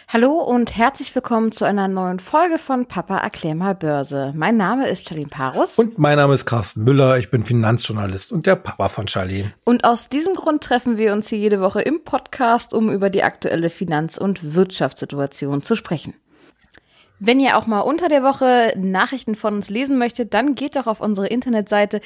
Hallo und herzlich willkommen zu einer neuen Folge von Papa erklär mal Börse. Mein Name ist Charlene Parus. Und mein Name ist Carsten Müller, ich bin Finanzjournalist und der Papa von Charlene. Und aus diesem Grund treffen wir uns hier jede Woche im Podcast, um über die aktuelle Finanz- und Wirtschaftssituation zu sprechen. Wenn ihr auch mal unter der Woche Nachrichten von uns lesen möchtet, dann geht doch auf unsere Internetseite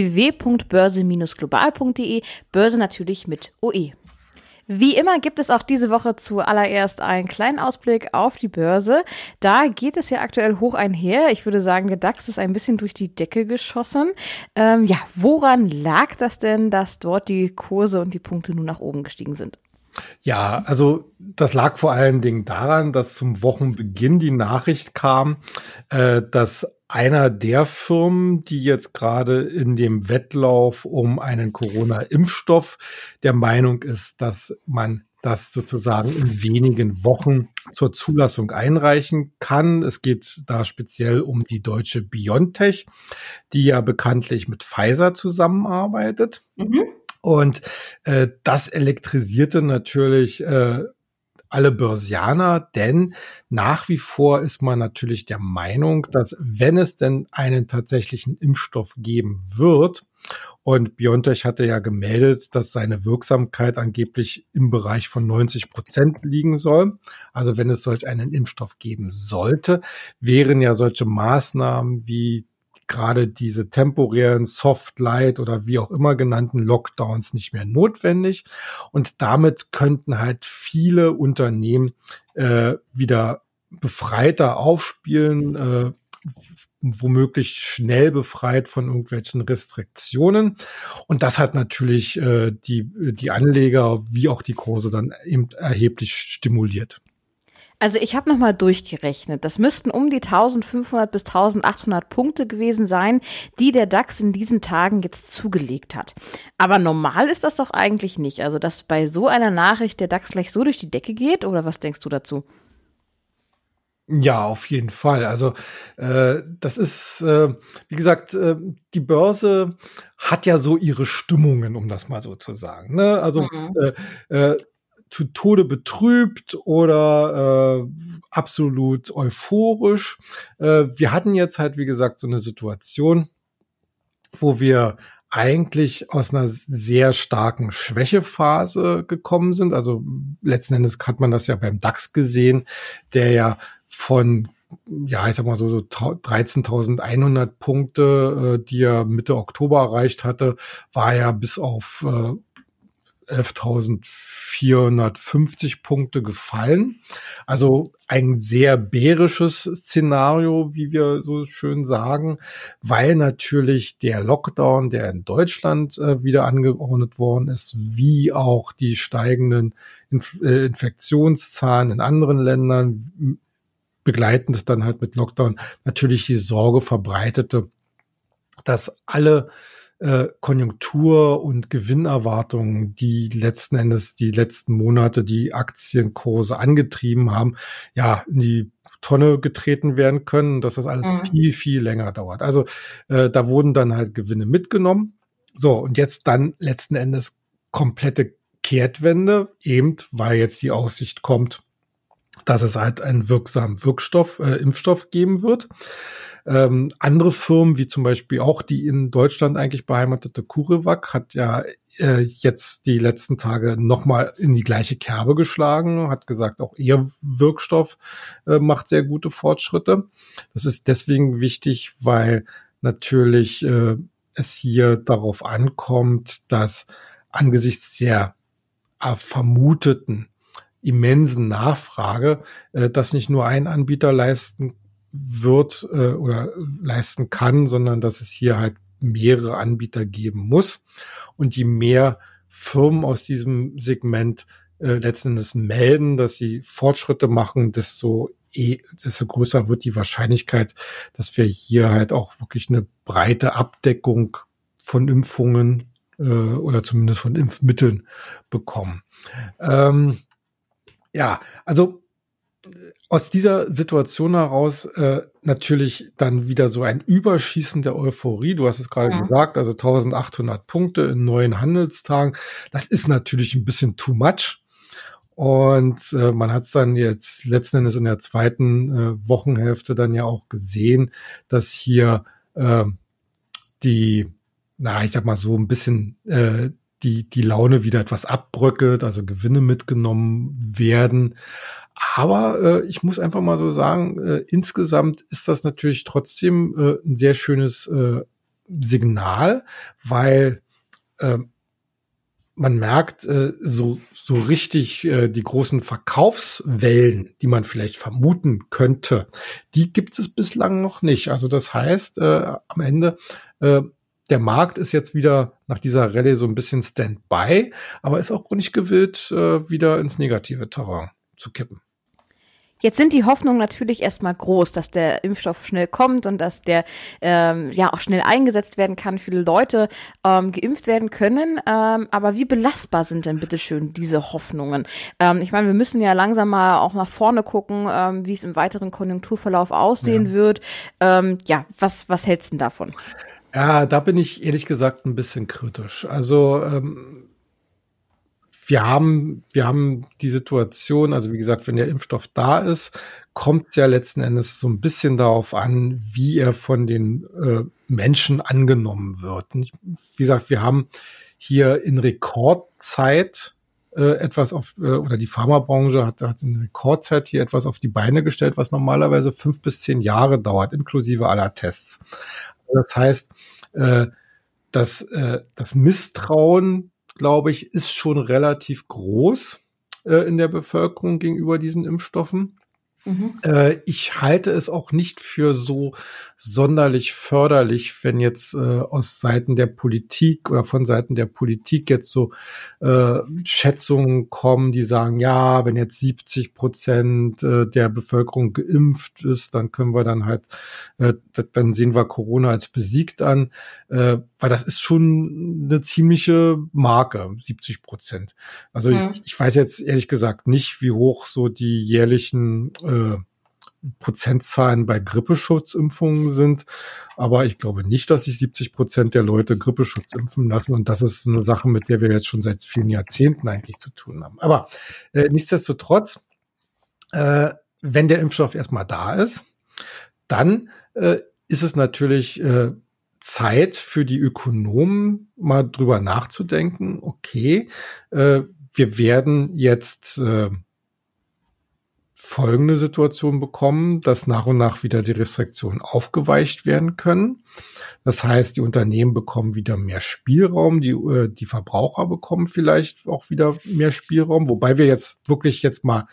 www.börse-global.de, Börse natürlich mit OE. Wie immer gibt es auch diese Woche zuallererst einen kleinen Ausblick auf die Börse. Da geht es ja aktuell hoch einher. Ich würde sagen, der DAX ist ein bisschen durch die Decke geschossen. Woran lag das denn, dass dort die Kurse und die Punkte nun nach oben gestiegen sind? Ja, also das lag vor allen Dingen daran, dass zum Wochenbeginn die Nachricht kam, dass einer der Firmen, die jetzt gerade in dem Wettlauf um einen Corona-Impfstoff der Meinung ist, dass man das sozusagen in wenigen Wochen zur Zulassung einreichen kann. Es geht da speziell um die deutsche BioNTech, die ja bekanntlich mit Pfizer zusammenarbeitet. Und das elektrisierte natürlich alle Börsianer, denn nach wie vor ist man natürlich der Meinung, dass wenn es denn einen tatsächlichen Impfstoff geben wird, und BioNTech hatte ja gemeldet, dass seine Wirksamkeit angeblich im Bereich von 90% liegen soll. Also wenn es solch einen Impfstoff geben sollte, wären ja solche Maßnahmen wie gerade diese temporären Soft Light oder wie auch immer genannten Lockdowns nicht mehr notwendig. Und damit könnten halt viele Unternehmen wieder befreiter aufspielen, womöglich schnell befreit von irgendwelchen Restriktionen. Und das hat natürlich die Anleger wie auch die Kurse dann eben erheblich stimuliert. Also ich habe nochmal durchgerechnet. Das müssten um die 1500 bis 1800 Punkte gewesen sein, die der DAX in diesen Tagen jetzt zugelegt hat. Aber normal ist das doch eigentlich nicht. Also dass bei so einer Nachricht der DAX gleich so durch die Decke geht, oder was denkst du dazu? Ja, auf jeden Fall. Also das ist, wie gesagt, die Börse hat ja so ihre Stimmungen, um das mal so zu sagen. Ne? Also zu Tode betrübt oder absolut euphorisch. Wir hatten jetzt halt, wie gesagt, so eine Situation, wo wir eigentlich aus einer sehr starken Schwächephase gekommen sind. Also letzten Endes hat man das ja beim DAX gesehen, der ja von, ja, ich sag mal so 13.100 Punkte, die er Mitte Oktober erreicht hatte, war ja bis auf 11.450 Punkte gefallen. Also ein sehr bärisches Szenario, wie wir so schön sagen, weil natürlich der Lockdown, der in Deutschland wieder angeordnet worden ist, wie auch die steigenden Infektionszahlen in anderen Ländern, begleitend dann halt mit Lockdown, natürlich die Sorge verbreitete, dass alle Konjunktur- und Gewinnerwartungen, die letzten Endes die letzten Monate die Aktienkurse angetrieben haben, ja, in die Tonne getreten werden können, dass das alles viel, viel länger dauert. Also da wurden dann halt Gewinne mitgenommen. So, und jetzt dann letzten Endes komplette Kehrtwende, eben weil jetzt die Aussicht kommt, dass es halt einen wirksamen Impfstoff geben wird. Andere Firmen, wie zum Beispiel auch die in Deutschland eigentlich beheimatete CureVac, hat ja jetzt die letzten Tage nochmal in die gleiche Kerbe geschlagen, hat gesagt, auch ihr Wirkstoff macht sehr gute Fortschritte. Das ist deswegen wichtig, weil natürlich es hier darauf ankommt, dass angesichts der vermuteten immensen Nachfrage, das nicht nur ein Anbieter leisten wird oder leisten kann, sondern dass es hier halt mehrere Anbieter geben muss. Und je mehr Firmen aus diesem Segment letzten Endes melden, dass sie Fortschritte machen, desto größer wird die Wahrscheinlichkeit, dass wir hier halt auch wirklich eine breite Abdeckung von Impfungen oder zumindest von Impfmitteln bekommen. Ja, also aus dieser Situation heraus natürlich dann wieder so ein Überschießen der Euphorie. Du hast es gerade gesagt, also 1800 Punkte in 9 Handelstagen. Das ist natürlich ein bisschen too much. Und man hat es dann jetzt letzten Endes in der zweiten Wochenhälfte dann ja auch gesehen, dass hier ich sag mal so ein bisschen die Laune wieder etwas abbröckelt, also Gewinne mitgenommen werden. Aber ich muss einfach mal so sagen, insgesamt ist das natürlich trotzdem ein sehr schönes Signal, weil man merkt, so richtig die großen Verkaufswellen, die man vielleicht vermuten könnte, die gibt es bislang noch nicht. Also das heißt, am Ende, der Markt ist jetzt wieder nach dieser Rallye so ein bisschen Standby, aber ist auch nicht gewillt, wieder ins negative Terrain zu kippen. Jetzt sind die Hoffnungen natürlich erstmal groß, dass der Impfstoff schnell kommt und dass der auch schnell eingesetzt werden kann, viele Leute geimpft werden können. Aber wie belastbar sind denn bitteschön diese Hoffnungen? Ich meine, wir müssen ja langsam mal auch nach vorne gucken, wie es im weiteren Konjunkturverlauf aussehen wird. Was hältst du denn davon? Ja, da bin ich ehrlich gesagt ein bisschen kritisch. Also wir haben die Situation, also wie gesagt, wenn der Impfstoff da ist, kommt es ja letzten Endes so ein bisschen darauf an, wie er von den Menschen angenommen wird. Und wie gesagt, wir haben hier in Rekordzeit etwas oder die Pharmabranche hat in Rekordzeit hier etwas auf die Beine gestellt, was normalerweise 5 bis 10 Jahre dauert, inklusive aller Tests. Das heißt, das Misstrauen, glaube ich, ist schon relativ groß in der Bevölkerung gegenüber diesen Impfstoffen. Ich halte es auch nicht für so sonderlich förderlich, wenn jetzt aus Seiten der Politik oder von Seiten der Politik jetzt so Schätzungen kommen, die sagen, ja, wenn jetzt 70% der Bevölkerung geimpft ist, dann können wir dann halt, dann sehen wir Corona als besiegt an, weil das ist schon eine ziemliche Marke, 70%. Also ich weiß jetzt ehrlich gesagt nicht, wie hoch so die jährlichen Prozentzahlen bei Grippeschutzimpfungen sind. Aber ich glaube nicht, dass sich 70% der Leute Grippeschutz impfen lassen. Und das ist eine Sache, mit der wir jetzt schon seit vielen Jahrzehnten eigentlich zu tun haben. Aber nichtsdestotrotz, wenn der Impfstoff erstmal da ist, dann ist es natürlich Zeit für die Ökonomen, mal drüber nachzudenken, okay, wir werden jetzt folgende Situation bekommen, dass nach und nach wieder die Restriktionen aufgeweicht werden können. Das heißt, die Unternehmen bekommen wieder mehr Spielraum, die Verbraucher bekommen vielleicht auch wieder mehr Spielraum, wobei wir jetzt mal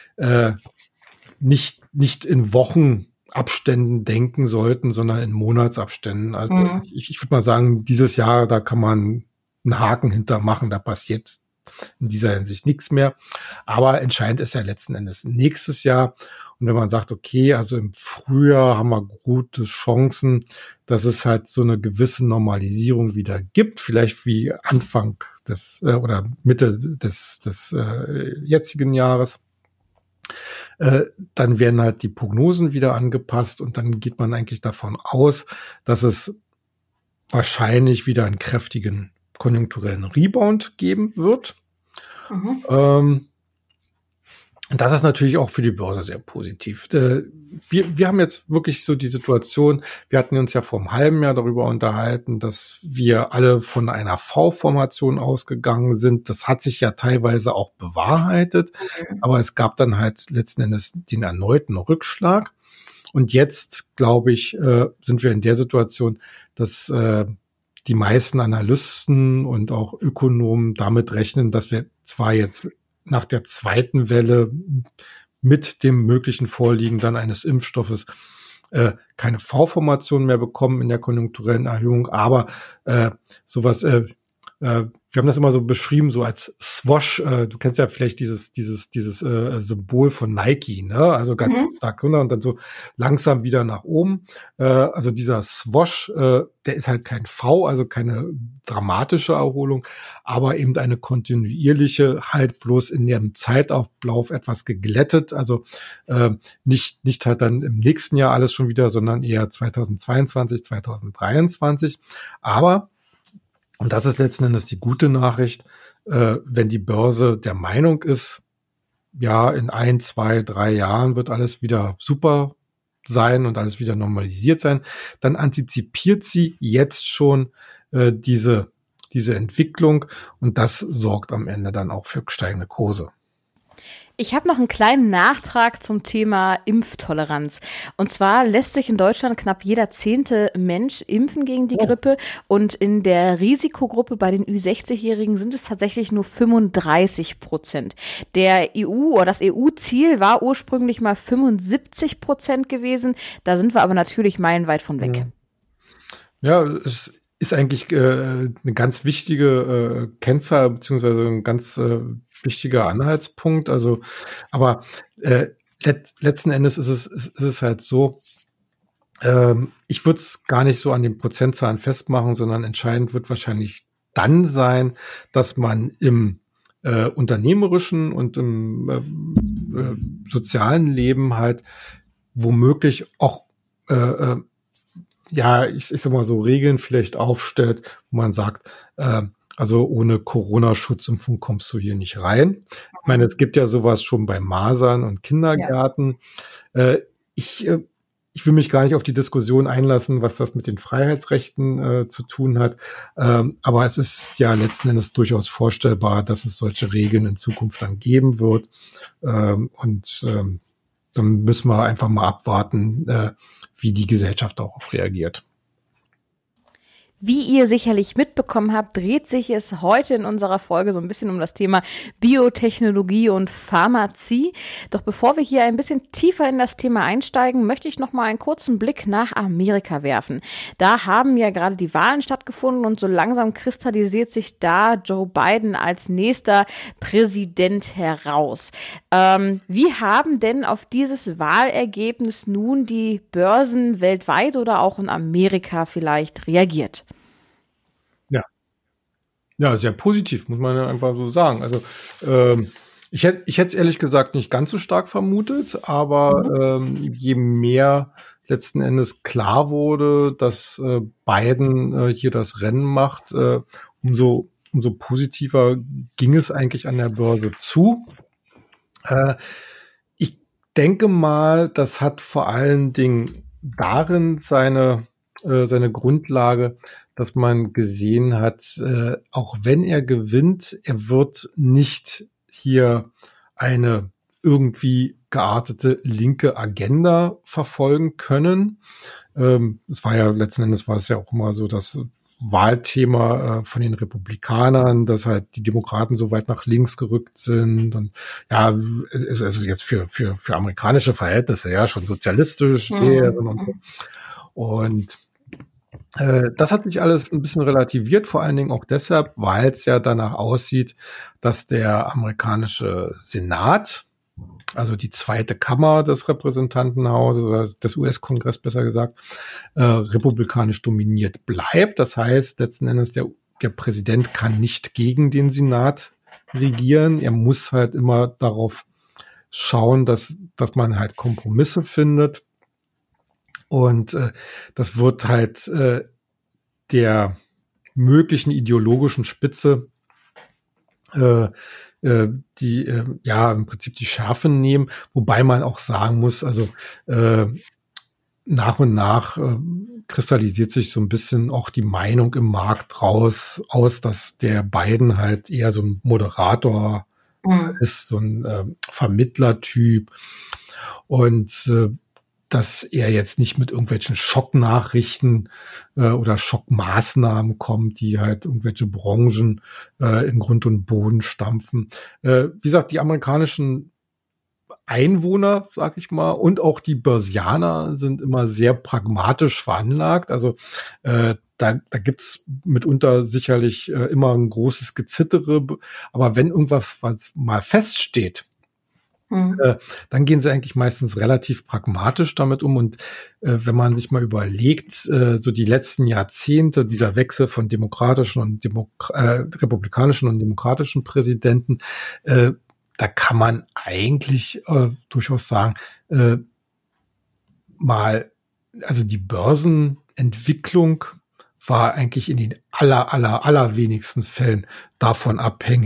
nicht in Wochenabständen denken sollten, sondern in Monatsabständen. Also ich würde mal sagen, dieses Jahr, da kann man einen Haken hintermachen, da passiert in dieser Hinsicht nichts mehr. Aber entscheidend ist ja letzten Endes nächstes Jahr. Und wenn man sagt, okay, also im Frühjahr haben wir gute Chancen, dass es halt so eine gewisse Normalisierung wieder gibt, vielleicht wie Anfang oder Mitte des jetzigen Jahres, dann werden halt die Prognosen wieder angepasst und dann geht man eigentlich davon aus, dass es wahrscheinlich wieder einen kräftigen konjunkturellen Rebound geben wird. Und das ist natürlich auch für die Börse sehr positiv. Wir haben jetzt wirklich so die Situation, wir hatten uns ja vor einem halben Jahr darüber unterhalten, dass wir alle von einer V-Formation ausgegangen sind. Das hat sich ja teilweise auch bewahrheitet, aber es gab dann halt letzten Endes den erneuten Rückschlag. Und jetzt, glaube ich, sind wir in der Situation, dass die meisten Analysten und auch Ökonomen damit rechnen, dass wir zwar jetzt nach der zweiten Welle mit dem möglichen Vorliegen dann eines Impfstoffes keine V-Formation mehr bekommen in der konjunkturellen Erhöhung, aber sowas, wir haben das immer so beschrieben, so als Swash, du kennst ja vielleicht dieses Symbol von Nike, ne? Also ganz stark runter und dann so langsam wieder nach oben. Also dieser Swash, der ist halt kein V, also keine dramatische Erholung, aber eben eine kontinuierliche, halt bloß in dem Zeitablauf etwas geglättet. Also nicht halt dann im nächsten Jahr alles schon wieder, sondern eher 2022, 2023. Aber und das ist letzten Endes die gute Nachricht, wenn die Börse der Meinung ist, ja, in 1, 2, 3 Jahren wird alles wieder super sein und alles wieder normalisiert sein, dann antizipiert sie jetzt schon diese Entwicklung und das sorgt am Ende dann auch für steigende Kurse. Ich habe noch einen kleinen Nachtrag zum Thema Impftoleranz. Und zwar lässt sich in Deutschland knapp jeder 10. Mensch impfen gegen die Grippe. Und in der Risikogruppe bei den Ü60-Jährigen sind es tatsächlich nur 35%. Der EU oder das EU-Ziel war ursprünglich mal 75% gewesen. Da sind wir aber natürlich meilenweit von weg. Ja, es ist eigentlich eine ganz wichtige Kennzahl beziehungsweise ein ganz wichtiger Anhaltspunkt. Also, aber letzten Endes ist es halt so, ich würde es gar nicht so an den Prozentzahlen festmachen, sondern entscheidend wird wahrscheinlich dann sein, dass man im unternehmerischen und im sozialen Leben halt womöglich auch ja, ich sag mal so Regeln vielleicht aufstellt, wo man sagt, also ohne Corona-Schutzimpfung kommst du hier nicht rein. Ich meine, es gibt ja sowas schon bei Masern und Kindergärten. Ja. Ich will mich gar nicht auf die Diskussion einlassen, was das mit den Freiheitsrechten zu tun hat. Aber es ist ja letzten Endes durchaus vorstellbar, dass es solche Regeln in Zukunft dann geben wird. Dann müssen wir einfach mal abwarten, wie die Gesellschaft darauf reagiert. Wie ihr sicherlich mitbekommen habt, dreht sich es heute in unserer Folge so ein bisschen um das Thema Biotechnologie und Pharmazie. Doch bevor wir hier ein bisschen tiefer in das Thema einsteigen, möchte ich noch mal einen kurzen Blick nach Amerika werfen. Da haben ja gerade die Wahlen stattgefunden und so langsam kristallisiert sich da Joe Biden als nächster Präsident heraus. Wie haben denn auf dieses Wahlergebnis nun die Börsen weltweit oder auch in Amerika vielleicht reagiert? Ja, sehr positiv, muss man ja einfach so sagen. Also ich hätte es ehrlich gesagt nicht ganz so stark vermutet, aber je mehr letzten Endes klar wurde, dass Biden hier das Rennen macht, umso positiver ging es eigentlich an der Börse zu. Ich denke mal, das hat vor allen Dingen darin seine Grundlage, dass man gesehen hat, auch wenn er gewinnt, er wird nicht hier eine irgendwie geartete linke Agenda verfolgen können. Es war ja letzten Endes war es ja auch immer so das Wahlthema von den Republikanern, dass halt die Demokraten so weit nach links gerückt sind und ja, also jetzt für amerikanische Verhältnisse ja schon sozialistisch wären und so. Und das hat sich alles ein bisschen relativiert, vor allen Dingen auch deshalb, weil es ja danach aussieht, dass der amerikanische Senat, also die zweite Kammer des Repräsentantenhauses oder des US-Kongress besser gesagt, republikanisch dominiert bleibt. Das heißt, letzten Endes der Präsident kann nicht gegen den Senat regieren. Er muss halt immer darauf schauen, dass man halt Kompromisse findet. Und das wird halt der möglichen ideologischen Spitze die im Prinzip die Schärfe nehmen, wobei man auch sagen muss, also nach und nach kristallisiert sich so ein bisschen auch die Meinung im Markt aus, dass der Biden halt eher so ein Moderator ist, so ein Vermittlertyp und dass er jetzt nicht mit irgendwelchen Schocknachrichten oder Schockmaßnahmen kommt, die halt irgendwelche Branchen in Grund und Boden stampfen. Wie gesagt, die amerikanischen Einwohner, sag ich mal, und auch die Börsianer sind immer sehr pragmatisch veranlagt. Also da gibt's mitunter sicherlich immer ein großes Gezittere, aber wenn irgendwas was mal feststeht, dann gehen sie eigentlich meistens relativ pragmatisch damit um. Und wenn man sich mal überlegt, so die letzten Jahrzehnte, dieser Wechsel von demokratischen und republikanischen und demokratischen Präsidenten, da kann man eigentlich durchaus sagen, also die Börsenentwicklung war eigentlich in den allerwenigsten Fällen davon abhängig,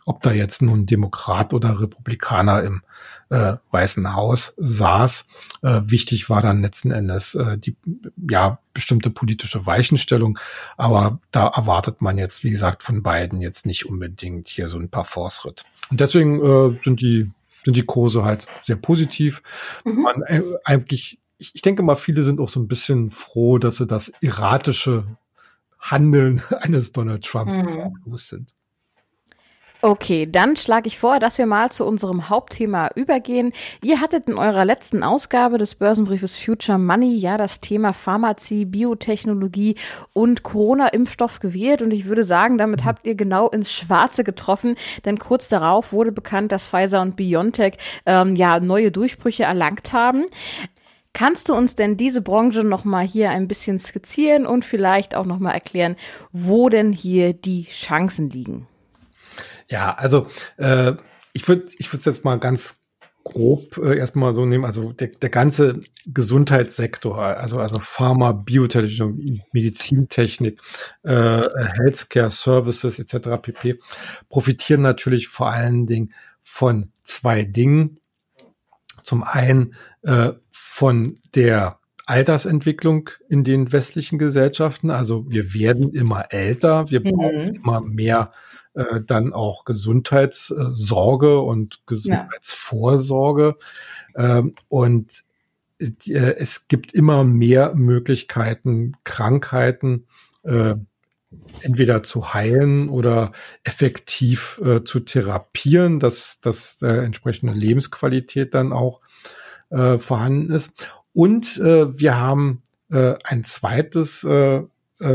ob da jetzt nun Demokrat oder Republikaner im Weißen Haus saß. Wichtig war dann letzten Endes die bestimmte politische Weichenstellung, aber da erwartet man jetzt, wie gesagt, von beiden jetzt nicht unbedingt hier so ein Parforce-Ritt. Und deswegen sind die Kurse halt sehr positiv. Man eigentlich, ich denke mal, viele sind auch so ein bisschen froh, dass sie das erratische Handeln eines Donald Trump los sind. Okay, dann schlage ich vor, dass wir mal zu unserem Hauptthema übergehen. Ihr hattet in eurer letzten Ausgabe des Börsenbriefes Future Money ja das Thema Pharmazie, Biotechnologie und Corona-Impfstoff gewählt. Und ich würde sagen, damit habt ihr genau ins Schwarze getroffen. Denn kurz darauf wurde bekannt, dass Pfizer und BioNTech neue Durchbrüche erlangt haben. Kannst du uns denn diese Branche noch mal hier ein bisschen skizzieren und vielleicht auch noch mal erklären, wo denn hier die Chancen liegen? Ja, also ich würde es jetzt mal ganz grob erstmal so nehmen, also der ganze Gesundheitssektor, also Pharma, Biotechnologie, Medizintechnik, Healthcare Services etc. pp. Profitieren natürlich vor allen Dingen von zwei Dingen. Zum einen von der Altersentwicklung in den westlichen Gesellschaften, also wir werden immer älter, wir brauchen immer mehr dann auch Gesundheitssorge und Gesundheitsvorsorge. Und es gibt immer mehr Möglichkeiten, Krankheiten entweder zu heilen oder effektiv zu therapieren, dass entsprechende Lebensqualität dann auch vorhanden ist. Und wir haben einen zweiten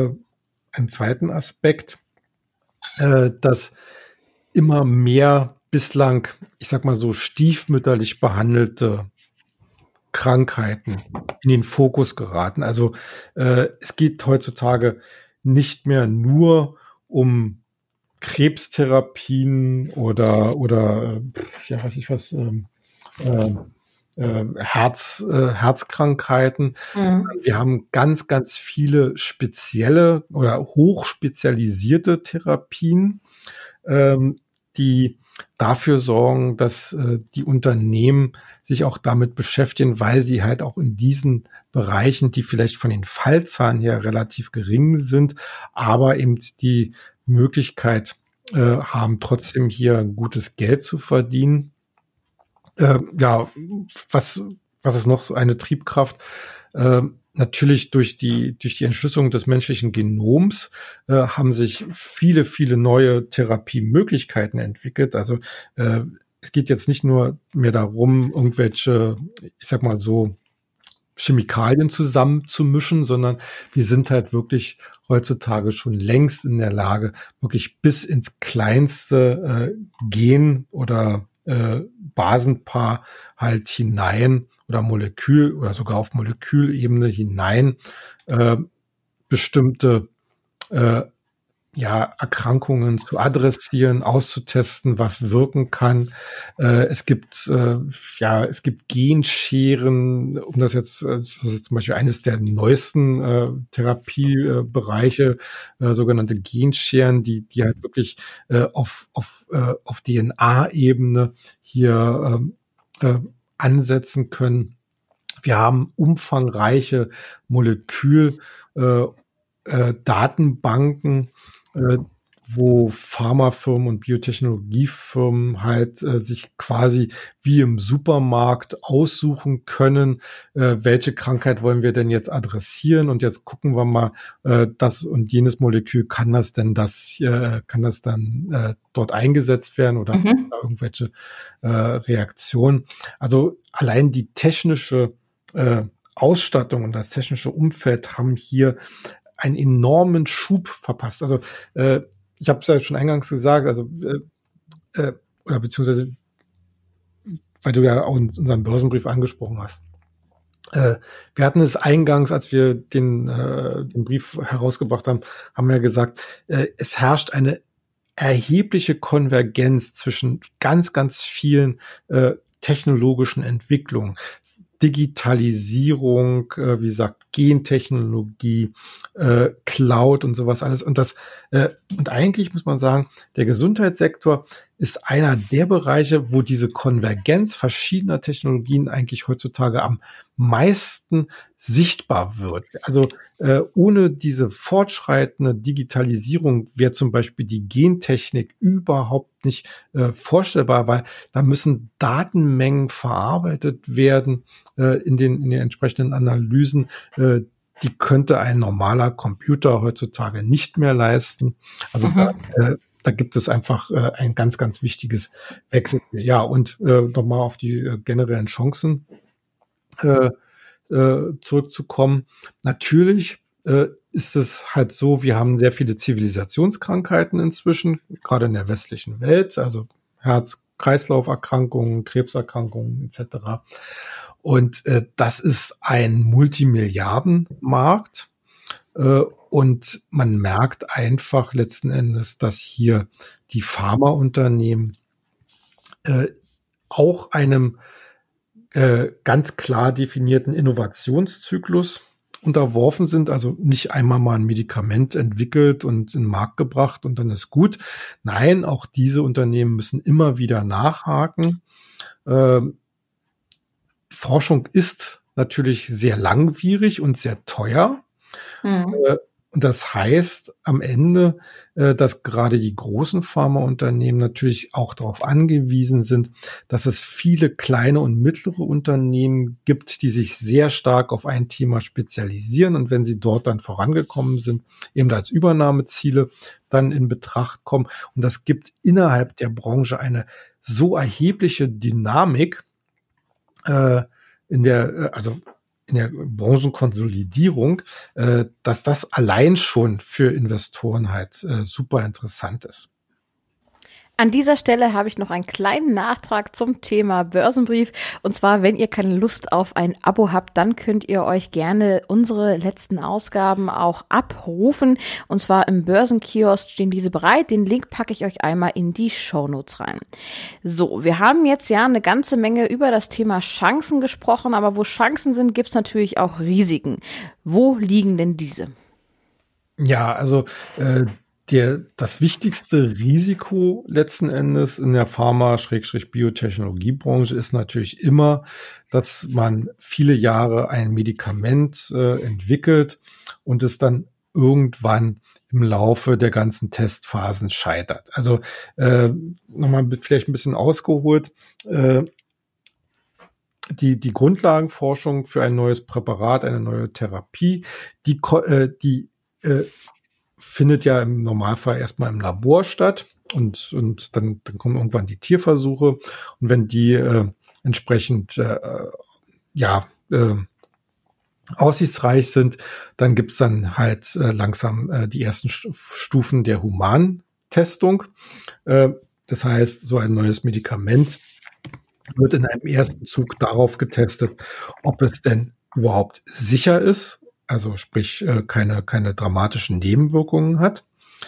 Aspekt, dass immer mehr bislang, ich sag mal so, stiefmütterlich behandelte Krankheiten in den Fokus geraten. Also es geht heutzutage nicht mehr nur um Krebstherapien oder Herzkrankheiten. Wir haben ganz, ganz viele spezielle oder hochspezialisierte Therapien, die dafür sorgen, dass die Unternehmen sich auch damit beschäftigen, weil sie halt auch in diesen Bereichen, die vielleicht von den Fallzahlen her relativ gering sind, aber eben die Möglichkeit haben, trotzdem hier gutes Geld zu verdienen. Was ist noch so eine Triebkraft? Natürlich durch die Entschlüsselung des menschlichen Genoms haben sich viele, viele neue Therapiemöglichkeiten entwickelt. Also es geht jetzt nicht nur mehr darum, irgendwelche, ich sag mal so, Chemikalien zusammenzumischen, sondern wir sind halt wirklich heutzutage schon längst in der Lage, wirklich bis ins kleinste Gen oder Basenpaar halt hinein oder Molekül oder sogar auf Molekülebene hinein bestimmte Erkrankungen zu adressieren, auszutesten, was wirken kann. Es gibt Genscheren, das ist zum Beispiel eines der neuesten Therapiebereiche, sogenannte Genscheren, die halt wirklich auf DNA-Ebene hier ansetzen können. Wir haben umfangreiche Datenbanken, wo Pharmafirmen und Biotechnologiefirmen halt sich quasi wie im Supermarkt aussuchen können, welche Krankheit wollen wir denn jetzt adressieren, und jetzt gucken wir mal, das und jenes Molekül, kann das dann dort eingesetzt werden oder irgendwelche Reaktionen. Also allein die technische Ausstattung und das technische Umfeld haben hier einen enormen Schub verpasst. Also ich habe es ja schon eingangs gesagt, also oder beziehungsweise, weil du ja auch in unserem Börsenbrief angesprochen hast. Wir hatten es eingangs, als wir den Brief herausgebracht haben, haben wir gesagt, es herrscht eine erhebliche Konvergenz zwischen ganz, ganz vielen technologischen Entwicklungen. Digitalisierung, wie gesagt, Gentechnologie, Cloud und sowas alles. Und und eigentlich muss man sagen, der Gesundheitssektor ist einer der Bereiche, wo diese Konvergenz verschiedener Technologien eigentlich heutzutage am meisten sichtbar wird. Also ohne diese fortschreitende Digitalisierung wäre zum Beispiel die Gentechnik überhaupt nicht vorstellbar, weil da müssen Datenmengen verarbeitet werden in den entsprechenden Analysen. Die könnte ein normaler Computer heutzutage nicht mehr leisten. Also da gibt es einfach ein ganz, ganz wichtiges Wechsel. Ja, und nochmal auf die generellen Chancen zurückzukommen. Natürlich ist es halt so, wir haben sehr viele Zivilisationskrankheiten inzwischen, gerade in der westlichen Welt, also Herz-Kreislauf-Erkrankungen, Krebserkrankungen etc. Und das ist ein Multimilliardenmarkt. Und man merkt einfach letzten Endes, dass hier die Pharmaunternehmen auch einem ganz klar definierten Innovationszyklus unterworfen sind, also nicht einmal mal ein Medikament entwickelt und in den Markt gebracht und dann ist gut. Nein, auch diese Unternehmen müssen immer wieder nachhaken. Forschung ist natürlich sehr langwierig und sehr teuer. Und das heißt am Ende, dass gerade die großen Pharmaunternehmen natürlich auch darauf angewiesen sind, dass es viele kleine und mittlere Unternehmen gibt, die sich sehr stark auf ein Thema spezialisieren und wenn sie dort dann vorangekommen sind, eben als Übernahmeziele dann in Betracht kommen. Und das gibt innerhalb der Branche eine so erhebliche Dynamik in der Branchenkonsolidierung, dass das allein schon für Investoren halt super interessant ist. An dieser Stelle habe ich noch einen kleinen Nachtrag zum Thema Börsenbrief. Und zwar, wenn ihr keine Lust auf ein Abo habt, dann könnt ihr euch gerne unsere letzten Ausgaben auch abrufen. Und zwar im Börsenkiosk stehen diese bereit. Den Link packe ich euch einmal in die Shownotes rein. So, wir haben jetzt ja eine ganze Menge über das Thema Chancen gesprochen. Aber wo Chancen sind, gibt es natürlich auch Risiken. Wo liegen denn diese? Ja, also das wichtigste Risiko letzten Endes in der Pharma-Biotechnologiebranche ist natürlich immer, dass man viele Jahre ein Medikament entwickelt und es dann irgendwann im Laufe der ganzen Testphasen scheitert. Also nochmal vielleicht ein bisschen ausgeholt. Die Grundlagenforschung für ein neues Präparat, eine neue Therapie, die findet ja im Normalfall erstmal im Labor statt und dann kommen irgendwann die Tierversuche und wenn die entsprechend aussichtsreich sind, dann gibt's dann halt langsam die ersten Stufen der Humantestung. Das heißt, so ein neues Medikament wird in einem ersten Zug darauf getestet, ob es denn überhaupt sicher ist, also sprich keine dramatischen Nebenwirkungen hat.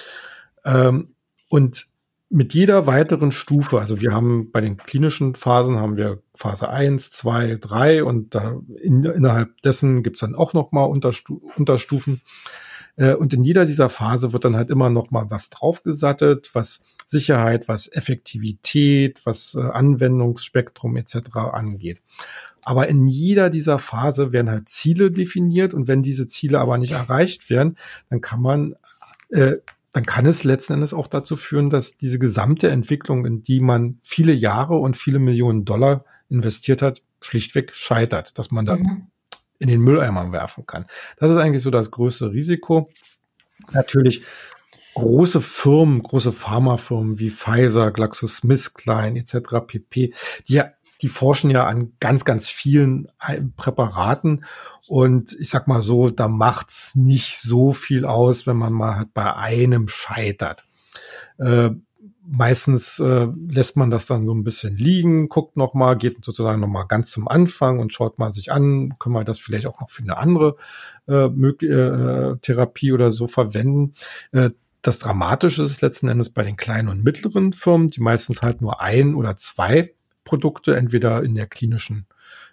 Und mit jeder weiteren Stufe, also wir haben bei den klinischen Phasen haben wir Phase 1, 2, 3 und innerhalb dessen gibt's dann auch nochmal Unterstufen. Und in jeder dieser Phase wird dann halt immer nochmal was draufgesattelt, was Sicherheit, was Effektivität, was Anwendungsspektrum etc. angeht. Aber in jeder dieser Phase werden halt Ziele definiert und wenn diese Ziele aber nicht erreicht werden, dann kann es letzten Endes auch dazu führen, dass diese gesamte Entwicklung, in die man viele Jahre und viele Millionen Dollar investiert hat, schlichtweg scheitert, dass man dann in den Mülleimer werfen kann. Das ist eigentlich so das größte Risiko. Natürlich große Firmen, große Pharmafirmen wie Pfizer, GlaxoSmithKline etc. pp., die forschen ja an ganz, ganz vielen Präparaten und ich sag mal so, da macht's nicht so viel aus, wenn man mal halt bei einem scheitert. Meistens lässt man das dann so ein bisschen liegen, guckt nochmal, geht sozusagen nochmal ganz zum Anfang und schaut mal sich an, können wir das vielleicht auch noch für eine andere Therapie oder so verwenden. Das Dramatische ist letzten Endes bei den kleinen und mittleren Firmen, die meistens halt nur ein oder zwei Produkte entweder in der klinischen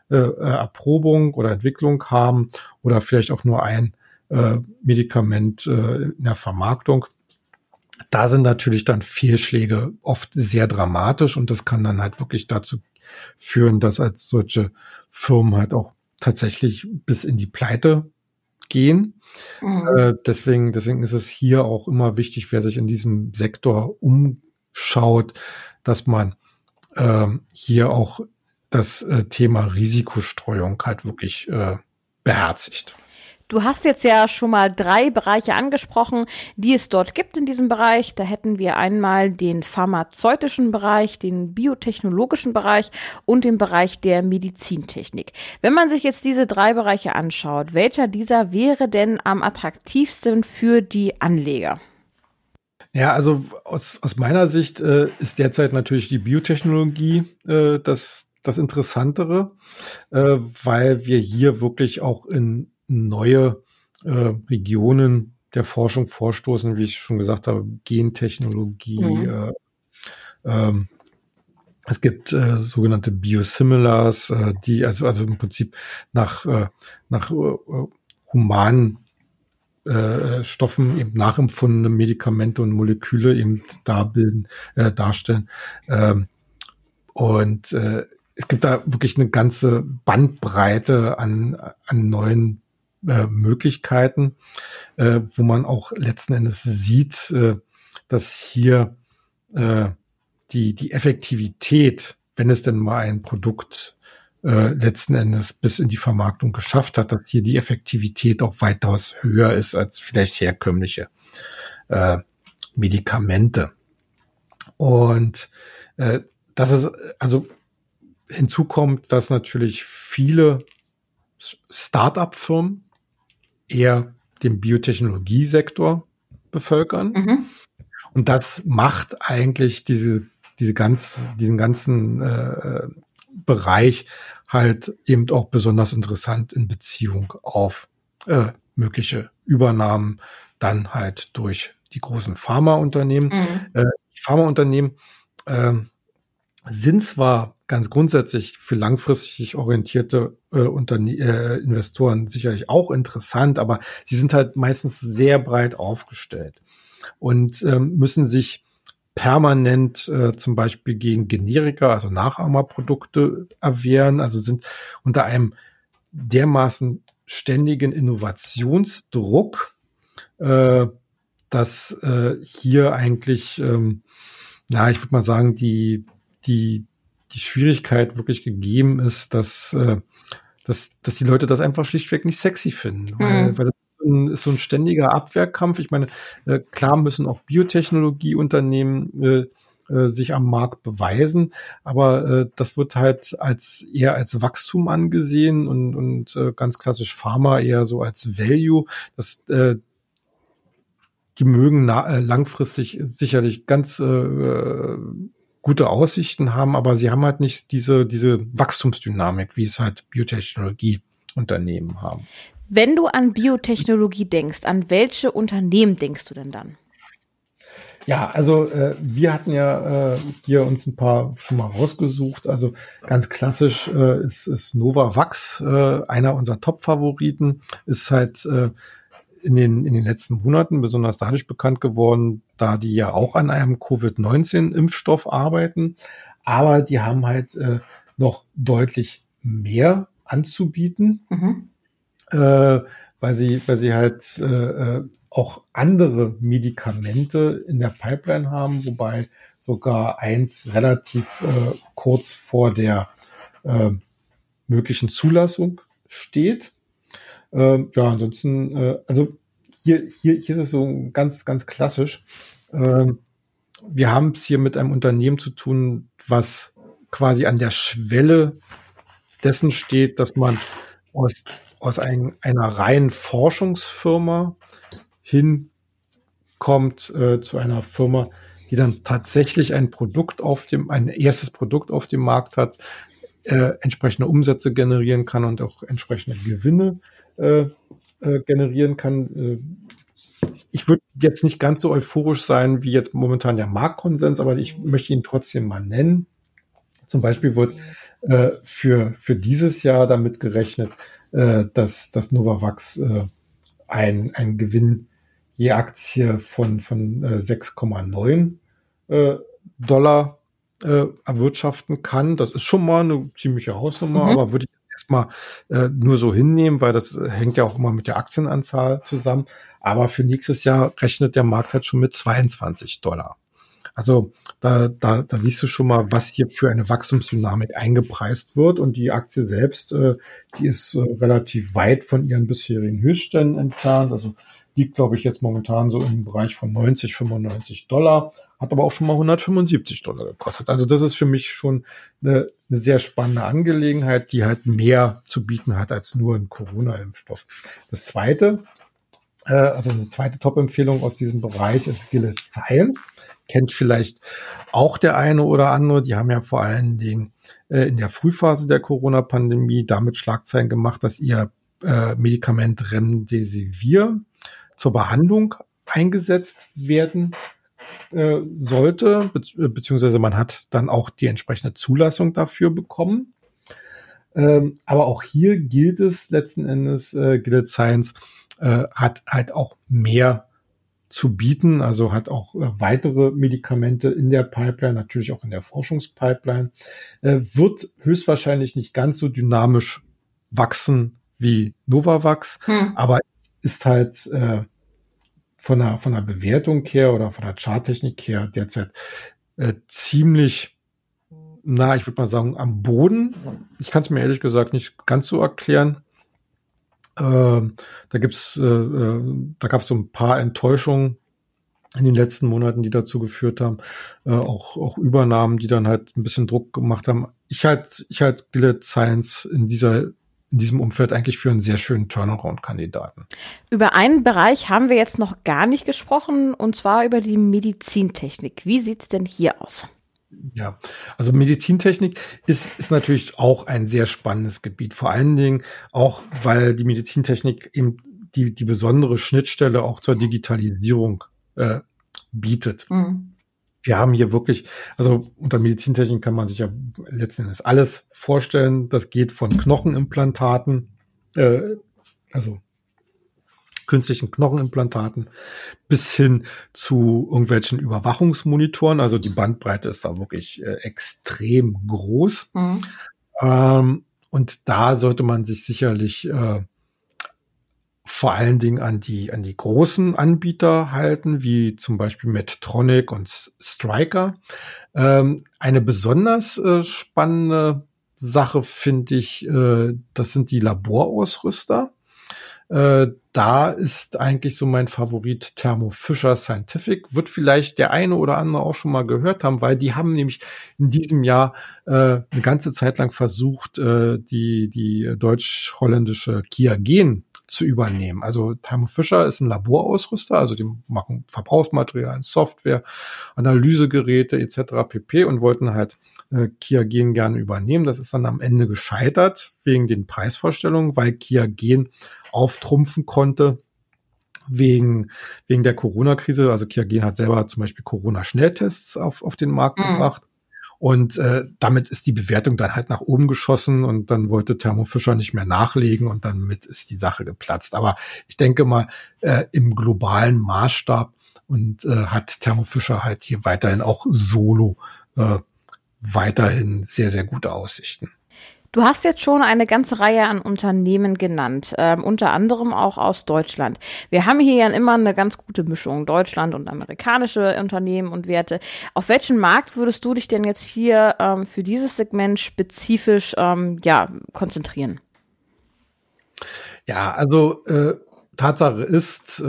Erprobung oder Entwicklung haben oder vielleicht auch nur ein Medikament in der Vermarktung. Da sind natürlich dann Fehlschläge oft sehr dramatisch und das kann dann halt wirklich dazu führen, dass als solche Firmen halt auch tatsächlich bis in die Pleite gehen. Deswegen ist es hier auch immer wichtig, wer sich in diesem Sektor umschaut, dass man hier auch das Thema Risikostreuung halt wirklich beherzigt. Du hast jetzt ja schon mal 3 Bereiche angesprochen, die es dort gibt in diesem Bereich. Da hätten wir einmal den pharmazeutischen Bereich, den biotechnologischen Bereich und den Bereich der Medizintechnik. Wenn man sich jetzt diese 3 Bereiche anschaut, welcher dieser wäre denn am attraktivsten für die Anleger? Ja, also aus meiner Sicht ist derzeit natürlich die Biotechnologie das Interessantere, weil wir hier wirklich auch in neue Regionen der Forschung vorstoßen, wie ich schon gesagt habe, Gentechnologie. Es gibt sogenannte Biosimilars, die also im Prinzip nach humanen Stoffen eben nachempfundene Medikamente und Moleküle eben darstellen. Es gibt da wirklich eine ganze Bandbreite an neuen Möglichkeiten, wo man auch letzten Endes sieht, dass hier die Effektivität, wenn es denn mal ein Produkt letzten Endes bis in die Vermarktung geschafft hat, dass hier die Effektivität auch weitaus höher ist als vielleicht herkömmliche Medikamente. Und das ist also hinzu kommt, dass natürlich viele Start-up-Firmen eher den Biotechnologiesektor bevölkern. Und das macht eigentlich diesen ganzen Bereich halt eben auch besonders interessant in Beziehung auf mögliche Übernahmen dann halt durch die großen Pharmaunternehmen. Die Pharmaunternehmen sind zwar ganz grundsätzlich für langfristig orientierte Investoren sicherlich auch interessant, aber sie sind halt meistens sehr breit aufgestellt und müssen sich permanent zum Beispiel gegen Generika, also Nachahmerprodukte erwehren, also sind unter einem dermaßen ständigen Innovationsdruck, dass hier eigentlich, ich würde mal sagen, die Schwierigkeit wirklich gegeben ist, dass die Leute das einfach schlichtweg nicht sexy finden, weil das ist so ein ständiger Abwehrkampf. Ich meine, klar müssen auch Biotechnologieunternehmen sich am Markt beweisen, aber das wird halt eher als Wachstum angesehen und ganz klassisch Pharma eher so als Value. Die mögen langfristig sicherlich ganz gute Aussichten haben, aber sie haben halt nicht diese Wachstumsdynamik, wie es halt Biotechnologieunternehmen haben. Wenn du an Biotechnologie denkst, an welche Unternehmen denkst du denn dann? Ja, also wir hatten ja hier uns ein paar schon mal rausgesucht. Also ganz klassisch ist Novavax einer unserer Top-Favoriten. Ist halt in den letzten Monaten besonders dadurch bekannt geworden, da die ja auch an einem Covid-19-Impfstoff arbeiten. Aber die haben halt noch deutlich mehr anzubieten, weil sie halt auch andere Medikamente in der Pipeline haben, wobei sogar eins relativ kurz vor der möglichen Zulassung steht. Ansonsten, also hier ist es so ganz, ganz klassisch. Wir haben es hier mit einem Unternehmen zu tun, was quasi an der Schwelle dessen steht, dass man aus einer reinen Forschungsfirma hinkommt zu einer Firma, die dann tatsächlich ein erstes Produkt auf dem Markt hat, entsprechende Umsätze generieren kann und auch entsprechende Gewinne generieren kann. Ich würde jetzt nicht ganz so euphorisch sein wie jetzt momentan der Marktkonsens, aber ich möchte ihn trotzdem mal nennen. Zum Beispiel wird für dieses Jahr damit gerechnet, dass Novavax ein Gewinn je Aktie von 6,9 Dollar erwirtschaften kann. Das ist schon mal eine ziemliche Hausnummer, aber würde ich erstmal nur so hinnehmen, weil das hängt ja auch immer mit der Aktienanzahl zusammen. Aber für nächstes Jahr rechnet der Markt halt schon mit 22 Dollar. Also da siehst du schon mal, was hier für eine Wachstumsdynamik eingepreist wird. Und die Aktie selbst, die ist relativ weit von ihren bisherigen Höchstständen entfernt. Also liegt, glaube ich, jetzt momentan so im Bereich von 90, 95 Dollar, hat aber auch schon mal 175 Dollar gekostet. Also das ist für mich schon eine sehr spannende Angelegenheit, die halt mehr zu bieten hat als nur ein Corona-Impfstoff. Das zweite, also eine zweite Top-Empfehlung aus diesem Bereich ist Gilead Science. Kennt vielleicht auch der eine oder andere. Die haben ja vor allen Dingen in der Frühphase der Corona-Pandemie damit Schlagzeilen gemacht, dass ihr Medikament Remdesivir zur Behandlung eingesetzt werden sollte, beziehungsweise man hat dann auch die entsprechende Zulassung dafür bekommen. Aber auch hier gilt es letzten Endes, Gilead Science hat halt auch mehr zu bieten, also hat auch weitere Medikamente in der Pipeline, natürlich auch in der Forschungspipeline, wird höchstwahrscheinlich nicht ganz so dynamisch wachsen wie Novavax, aber ist halt von der Bewertung her oder von der Charttechnik her derzeit ziemlich, ich würde mal sagen, am Boden. Ich kann es mir ehrlich gesagt nicht ganz so erklären. Da gab es so ein paar Enttäuschungen in den letzten Monaten, die dazu geführt haben, auch Übernahmen, die dann halt ein bisschen Druck gemacht haben. Ich halt Gilead Science in diesem Umfeld eigentlich für einen sehr schönen Turnaround-Kandidaten. Über einen Bereich haben wir jetzt noch gar nicht gesprochen, und zwar über die Medizintechnik. Wie sieht's denn hier aus? Ja, also Medizintechnik ist natürlich auch ein sehr spannendes Gebiet. Vor allen Dingen auch, weil die Medizintechnik eben die besondere Schnittstelle auch zur Digitalisierung bietet. Wir haben hier wirklich, also unter Medizintechnik kann man sich ja letzten Endes alles vorstellen. Das geht von Knochenimplantaten, also künstlichen Knochenimplantaten, bis hin zu irgendwelchen Überwachungsmonitoren. Also die Bandbreite ist da wirklich extrem groß. Und da sollte man sich sicherlich vor allen Dingen an die großen Anbieter halten, wie zum Beispiel Medtronic und Stryker. Eine besonders spannende Sache finde ich, das sind die Laborausrüster. Da ist eigentlich so mein Favorit Thermo Fisher Scientific. Wird vielleicht der eine oder andere auch schon mal gehört haben, weil die haben nämlich in diesem Jahr eine ganze Zeit lang versucht, die deutsch-holländische QIAGEN zu übernehmen. Also Thermo Fisher ist ein Laborausrüster, also die machen Verbrauchsmaterialien, Software, Analysegeräte etc. pp. Und wollten halt QIAGEN gerne übernehmen. Das ist dann am Ende gescheitert wegen den Preisvorstellungen, weil QIAGEN auftrumpfen konnte wegen der Corona-Krise. Also QIAGEN hat selber zum Beispiel Corona-Schnelltests auf den Markt gebracht. Und damit ist die Bewertung dann halt nach oben geschossen und dann wollte Thermo Fisher nicht mehr nachlegen und damit ist die Sache geplatzt. Aber ich denke mal, im globalen Maßstab und hat Thermo Fisher halt hier weiterhin auch solo weiterhin sehr, sehr gute Aussichten. Du hast jetzt schon eine ganze Reihe an Unternehmen genannt, unter anderem auch aus Deutschland. Wir haben hier ja immer eine ganz gute Mischung, Deutschland und amerikanische Unternehmen und Werte. Auf welchen Markt würdest du dich denn jetzt hier für dieses Segment spezifisch konzentrieren? Ja, also Tatsache ist,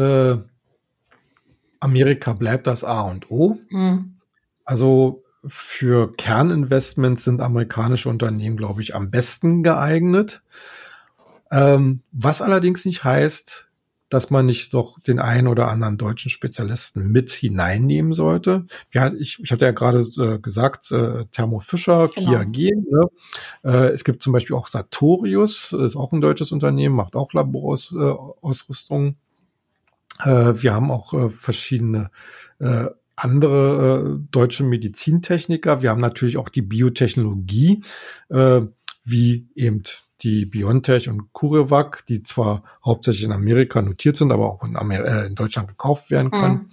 Amerika bleibt das A und O. Also für Kerninvestments sind amerikanische Unternehmen, glaube ich, am besten geeignet. Was allerdings nicht heißt, dass man nicht doch den einen oder anderen deutschen Spezialisten mit hineinnehmen sollte. Ich hatte ja gerade gesagt, Thermo Fisher, genau. QIAGEN. Ne? Es gibt zum Beispiel auch Sartorius, ist auch ein deutsches Unternehmen, macht auch Laborausrüstung. Wir haben auch verschiedene andere deutsche Medizintechniker. Wir haben natürlich auch die Biotechnologie, wie eben die BioNTech und CureVac, die zwar hauptsächlich in Amerika notiert sind, aber auch in Deutschland gekauft werden können.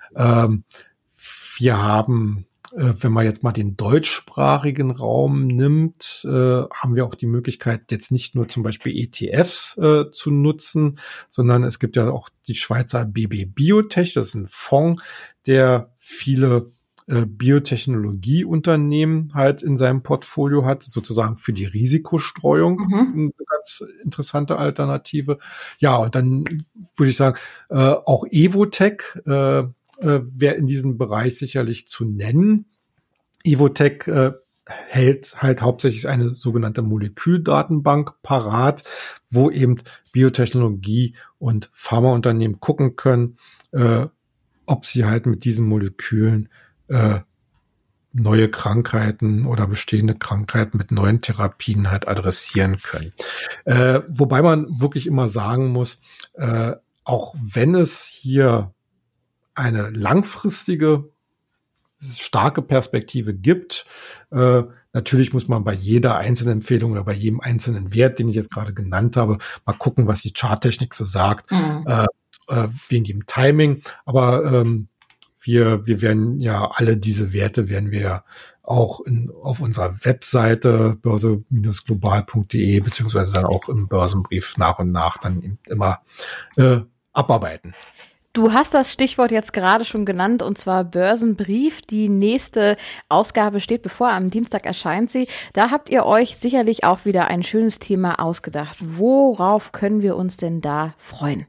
Wir haben, wenn man jetzt mal den deutschsprachigen Raum nimmt, haben wir auch die Möglichkeit, jetzt nicht nur zum Beispiel ETFs zu nutzen, sondern es gibt ja auch die Schweizer BB Biotech, das ist ein Fonds, der viele Biotechnologieunternehmen halt in seinem Portfolio hat, sozusagen für die Risikostreuung eine ganz interessante Alternative. Ja, und dann würde ich sagen, auch Evotech wäre in diesem Bereich sicherlich zu nennen. Evotech hält halt hauptsächlich eine sogenannte Moleküldatenbank parat, wo eben Biotechnologie und Pharmaunternehmen gucken können, ob sie halt mit diesen Molekülen neue Krankheiten oder bestehende Krankheiten mit neuen Therapien halt adressieren können. Wobei man wirklich immer sagen muss, auch wenn es hier eine langfristige, starke Perspektive gibt, natürlich muss man bei jeder einzelnen Empfehlung oder bei jedem einzelnen Wert, den ich jetzt gerade genannt habe, mal gucken, was die Charttechnik so sagt, wegen dem Timing. Aber wir werden ja alle diese Werte werden wir auch auf unserer Webseite börse-global.de beziehungsweise dann auch im Börsenbrief nach und nach dann immer abarbeiten. Du hast das Stichwort jetzt gerade schon genannt, und zwar Börsenbrief. Die nächste Ausgabe steht bevor, am Dienstag erscheint sie. Da habt ihr euch sicherlich auch wieder ein schönes Thema ausgedacht. Worauf können wir uns denn da freuen?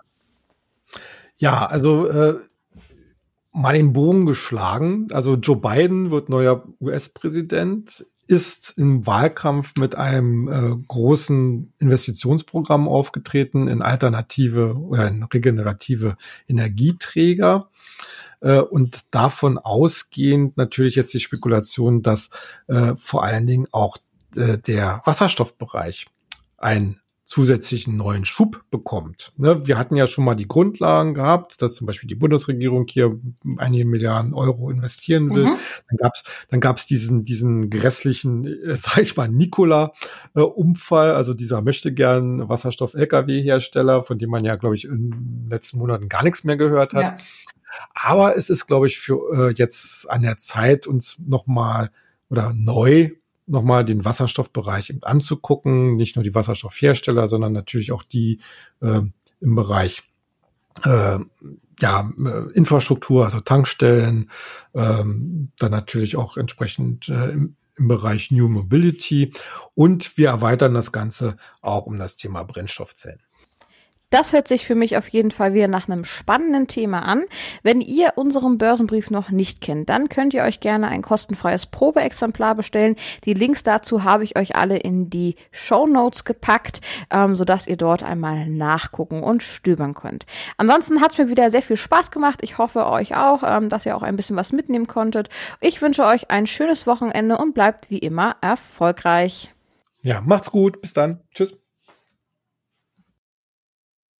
Ja, also mal den Bogen geschlagen. Also Joe Biden wird neuer US-Präsident, ist im Wahlkampf mit einem großen Investitionsprogramm aufgetreten in alternative oder in regenerative Energieträger. Und davon ausgehend natürlich jetzt die Spekulation, dass vor allen Dingen auch der Wasserstoffbereich einen zusätzlichen neuen Schub bekommt. Ne, wir hatten ja schon mal die Grundlagen gehabt, dass zum Beispiel die Bundesregierung hier einige Milliarden Euro investieren will. Dann gab's diesen grässlichen, sag ich mal, Nikola-Unfall, also dieser möchte gern Wasserstoff-LKW-Hersteller, von dem man ja, glaube ich, in den letzten Monaten gar nichts mehr gehört hat. Ja. Aber es ist, glaube ich, für jetzt an der Zeit, uns nochmal den Wasserstoffbereich anzugucken, nicht nur die Wasserstoffhersteller, sondern natürlich auch die im Bereich Infrastruktur, also Tankstellen, dann natürlich auch entsprechend im Bereich New Mobility, und wir erweitern das Ganze auch um das Thema Brennstoffzellen. Das hört sich für mich auf jeden Fall wieder nach einem spannenden Thema an. Wenn ihr unseren Börsenbrief noch nicht kennt, dann könnt ihr euch gerne ein kostenfreies Probeexemplar bestellen. Die Links dazu habe ich euch alle in die Shownotes gepackt, sodass ihr dort einmal nachgucken und stöbern könnt. Ansonsten hat es mir wieder sehr viel Spaß gemacht. Ich hoffe euch auch, dass ihr auch ein bisschen was mitnehmen konntet. Ich wünsche euch ein schönes Wochenende und bleibt wie immer erfolgreich. Ja, macht's gut. Bis dann. Tschüss.